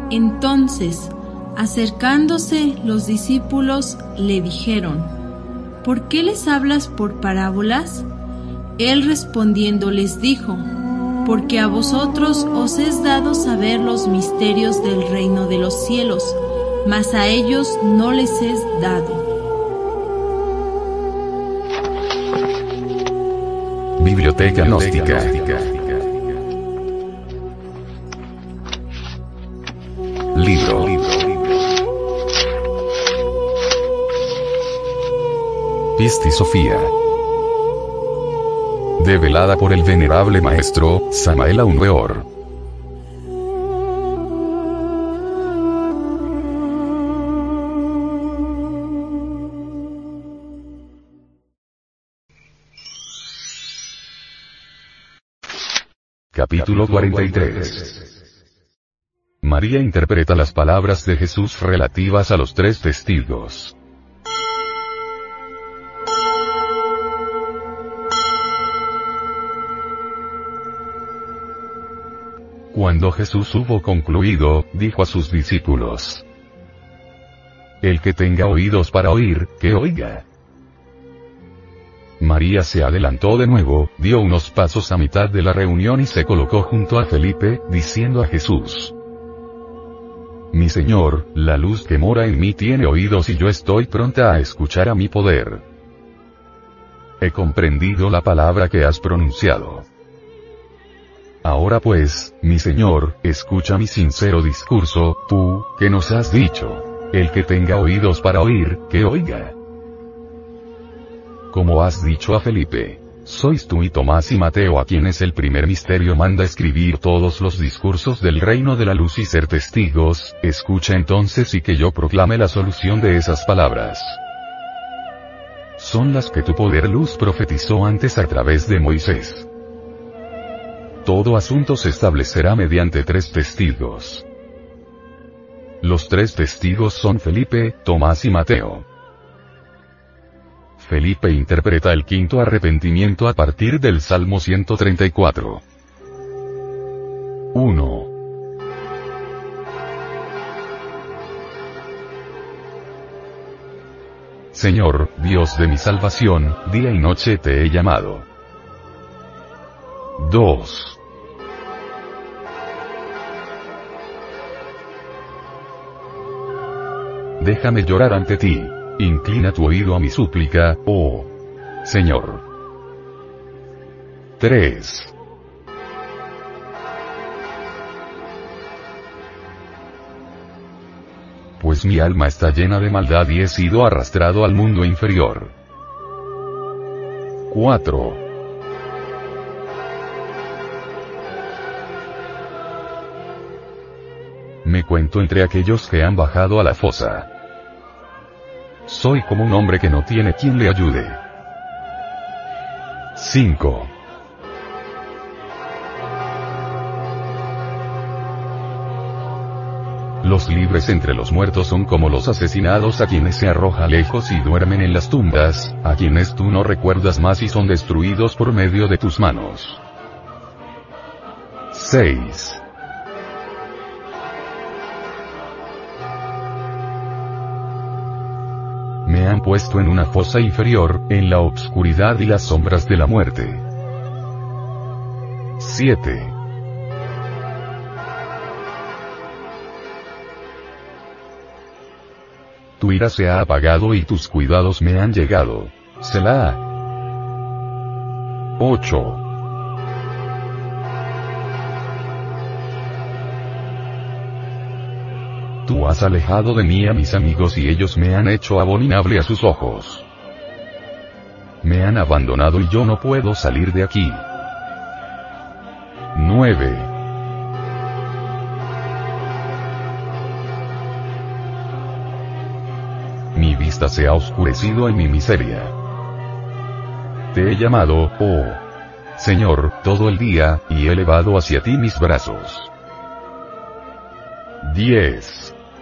Entonces, acercándose los discípulos, le dijeron: ¿Por qué les hablas por parábolas? Él respondiendo les dijo: Porque a vosotros os es dado saber los misterios del reino de los cielos, mas a ellos no les es dado. Biblioteca Gnóstica. Libro. Pisti Sofía. Develada por el venerable maestro Samael Aun Weor. Capítulo 43. María interpreta las palabras de Jesús relativas a los tres testigos. Cuando Jesús hubo concluido, dijo a sus discípulos: El que tenga oídos para oír, que oiga. María se adelantó de nuevo, dio unos pasos a mitad de la reunión y se colocó junto a Felipe, diciendo a Jesús: Mi Señor, la luz que mora en mí tiene oídos y yo estoy pronta a escuchar a mi poder. He comprendido la palabra que has pronunciado. Ahora pues, mi Señor, escucha mi sincero discurso, tú, que nos has dicho: el que tenga oídos para oír, que oiga. Como has dicho a Felipe, sois tú y Tomás y Mateo a quienes el primer misterio manda escribir todos los discursos del reino de la luz y ser testigos, escucha entonces y que yo proclame la solución de esas palabras. Son las que tu poder luz profetizó antes a través de Moisés. Todo asunto se establecerá mediante tres testigos. Los tres testigos son Felipe, Tomás y Mateo. Felipe interpreta el quinto arrepentimiento a partir del Salmo 134. 1. Señor, Dios de mi salvación, día y noche te he llamado. 2. Déjame llorar ante ti. Inclina tu oído a mi súplica, oh Señor. 3. Pues mi alma está llena de maldad y he sido arrastrado al mundo inferior. 4. Me cuento entre aquellos que han bajado a la fosa. Soy como un hombre que no tiene quien le ayude. 5. Los libres entre los muertos son como los asesinados a quienes se arroja lejos y duermen en las tumbas, a quienes tú no recuerdas más y son destruidos por medio de tus manos. 6. Me han puesto en una fosa inferior, en la obscuridad y las sombras de la muerte. 7. Tu ira se ha apagado y tus cuidados me han llegado. Selah. 8. Tú has alejado de mí a mis amigos y ellos me han hecho abominable a sus ojos. Me han abandonado y yo no puedo salir de aquí. 9. Mi vista se ha oscurecido en mi miseria. Te he llamado, oh Señor, todo el día, y he elevado hacia ti mis brazos. 10.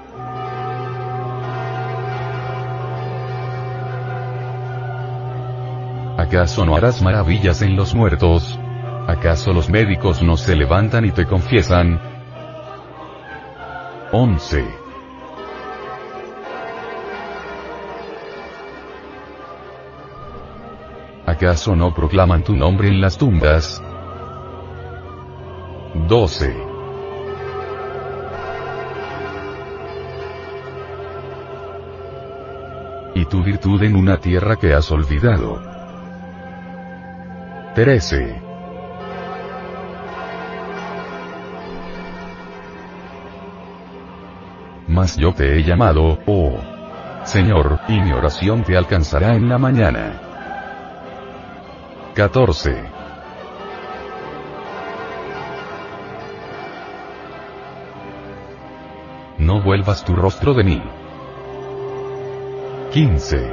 ¿Acaso no harás maravillas en los muertos? ¿Acaso los médicos no se levantan y te confiesan? 11. ¿Acaso no proclaman tu nombre en las tumbas? 12. Y tu virtud en una tierra que has olvidado. 13. Mas yo te he llamado, oh Señor, y mi oración te alcanzará en la mañana. 14. No vuelvas tu rostro de mí. 15.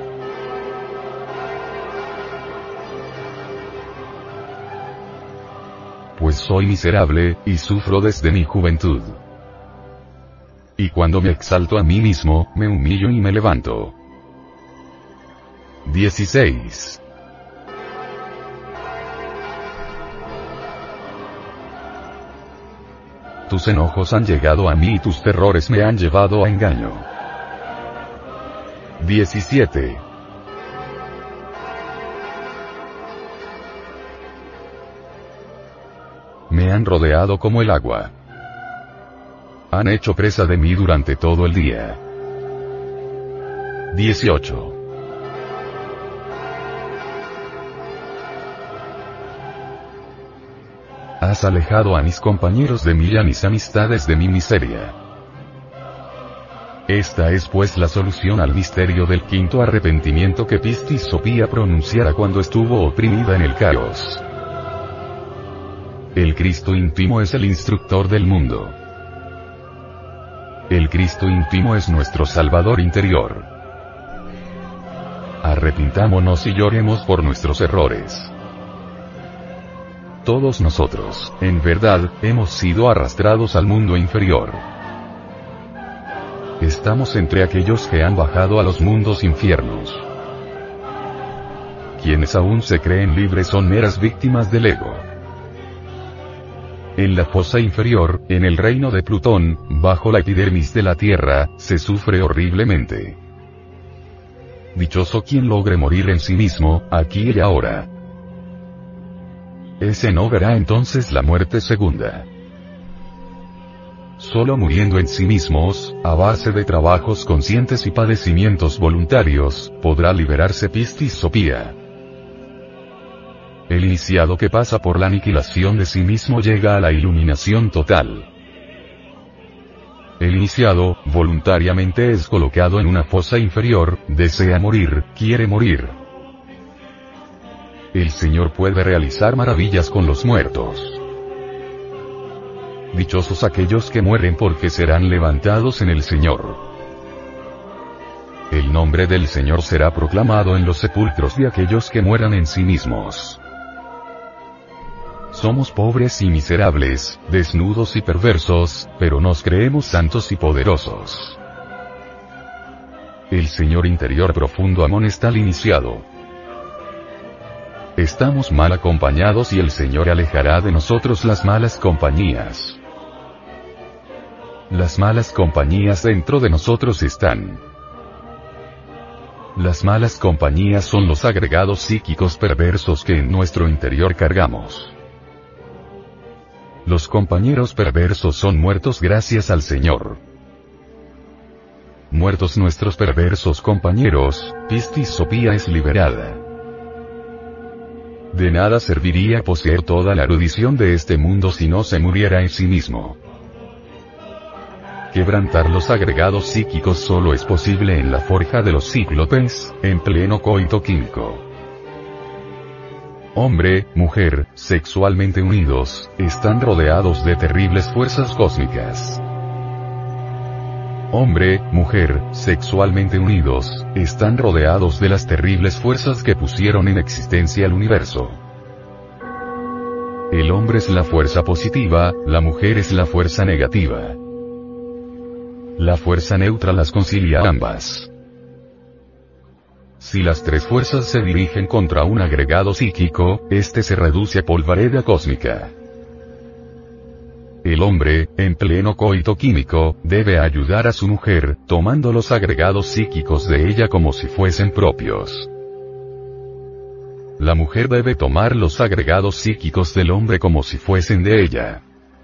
Pues soy miserable, y sufro desde mi juventud. Y cuando me exalto a mí mismo, me humillo y me levanto. 16. Tus enojos han llegado a mí y tus terrores me han llevado a engaño. 17. Me han rodeado como el agua. Han hecho presa de mí durante todo el día. 18. Has alejado a mis compañeros de mí y a mis amistades de mi miseria. Esta es pues la solución al misterio del quinto arrepentimiento que Pistis Sophia pronunciara cuando estuvo oprimida en el caos. El Cristo íntimo es el instructor del mundo. El Cristo íntimo es nuestro Salvador interior. Arrepintámonos y lloremos por nuestros errores. Todos nosotros, en verdad, hemos sido arrastrados al mundo inferior. Estamos entre aquellos que han bajado a los mundos infiernos. Quienes aún se creen libres son meras víctimas del ego. En la fosa inferior, en el reino de Plutón, bajo la epidermis de la Tierra, se sufre horriblemente. Dichoso quien logre morir en sí mismo, aquí y ahora. Ese no verá entonces la muerte segunda. Solo muriendo en sí mismos, a base de trabajos conscientes y padecimientos voluntarios, podrá liberarse Pistis Sophia. El iniciado que pasa por la aniquilación de sí mismo llega a la iluminación total. El iniciado, voluntariamente es colocado en una fosa inferior, desea morir, quiere morir. El Señor puede realizar maravillas con los muertos. Dichosos aquellos que mueren porque serán levantados en el Señor. El nombre del Señor será proclamado en los sepulcros de aquellos que mueran en sí mismos. Somos pobres y miserables, desnudos y perversos, pero nos creemos santos y poderosos. El Señor interior profundo amonesta al iniciado. Estamos mal acompañados y el Señor alejará de nosotros las malas compañías. Las malas compañías dentro de nosotros están. Las malas compañías son los agregados psíquicos perversos que en nuestro interior cargamos. Los compañeros perversos son muertos gracias al Señor. Muertos nuestros perversos compañeros, Pistis Sophia es liberada. De nada serviría poseer toda la erudición de este mundo si no se muriera en sí mismo. Quebrantar los agregados psíquicos solo es posible en la forja de los cíclopes, en pleno coito químico. Hombre, mujer, sexualmente unidos, están rodeados de terribles fuerzas cósmicas. Hombre, mujer, sexualmente unidos, están rodeados de las terribles fuerzas que pusieron en existencia el universo. El hombre es la fuerza positiva, la mujer es la fuerza negativa. La fuerza neutra las concilia ambas. Si las tres fuerzas se dirigen contra un agregado psíquico, este se reduce a polvareda cósmica. el hombre, en pleno coito químico, debe ayudar a su mujer, tomando los agregados psíquicos de ella como si fuesen propios. La mujer debe tomar los agregados psíquicos del hombre como si fuesen de ella.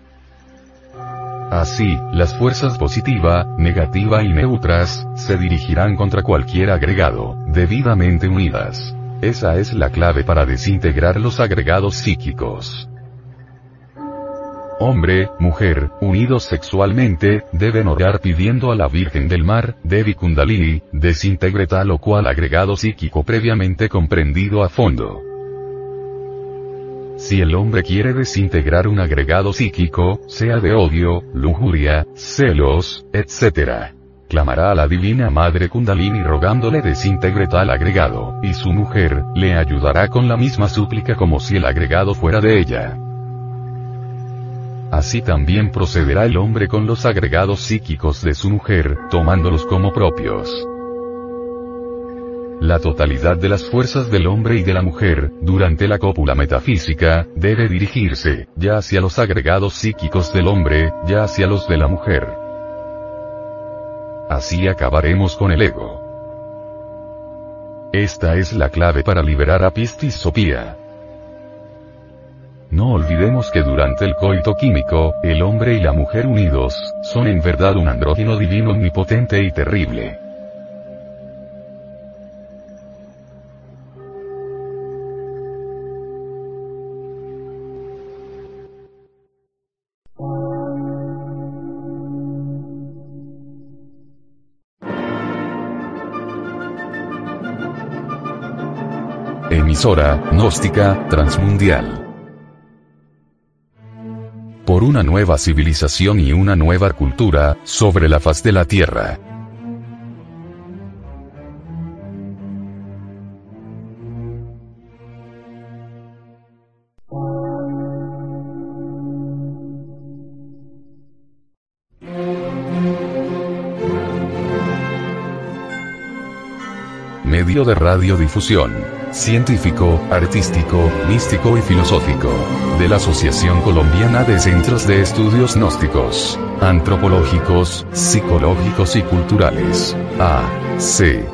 Así, las fuerzas positiva, negativa y neutras, se dirigirán contra cualquier agregado, debidamente unidas. Esa es la clave para desintegrar los agregados psíquicos. Hombre, mujer, unidos sexualmente, deben orar pidiendo a la Virgen del Mar, Devi Kundalini, desintegre tal o cual agregado psíquico previamente comprendido a fondo. Si el hombre quiere desintegrar un agregado psíquico, sea de odio, lujuria, celos, etc., clamará a la Divina Madre Kundalini rogándole desintegre tal agregado, y su mujer, le ayudará con la misma súplica como si el agregado fuera de ella. Así también procederá el hombre con los agregados psíquicos de su mujer, tomándolos como propios. La totalidad de las fuerzas del hombre y de la mujer, durante la cópula metafísica, debe dirigirse, ya hacia los agregados psíquicos del hombre, ya hacia los de la mujer. Así acabaremos con el ego. Esta es la clave para liberar a Pistis Sophia. No olvidemos que durante el coito químico, el hombre y la mujer unidos, son en verdad un andrógino divino omnipotente y terrible. Emisora gnóstica transmundial. Por una nueva civilización y una nueva cultura, sobre la faz de la Tierra. Medio de radiodifusión, científico, artístico, místico y filosófico, de la Asociación Colombiana de Centros de Estudios Gnósticos, Antropológicos, Psicológicos y Culturales, AC.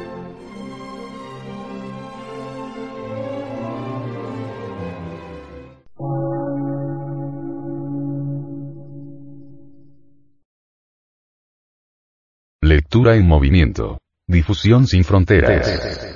Lectura en movimiento. Difusión sin fronteras.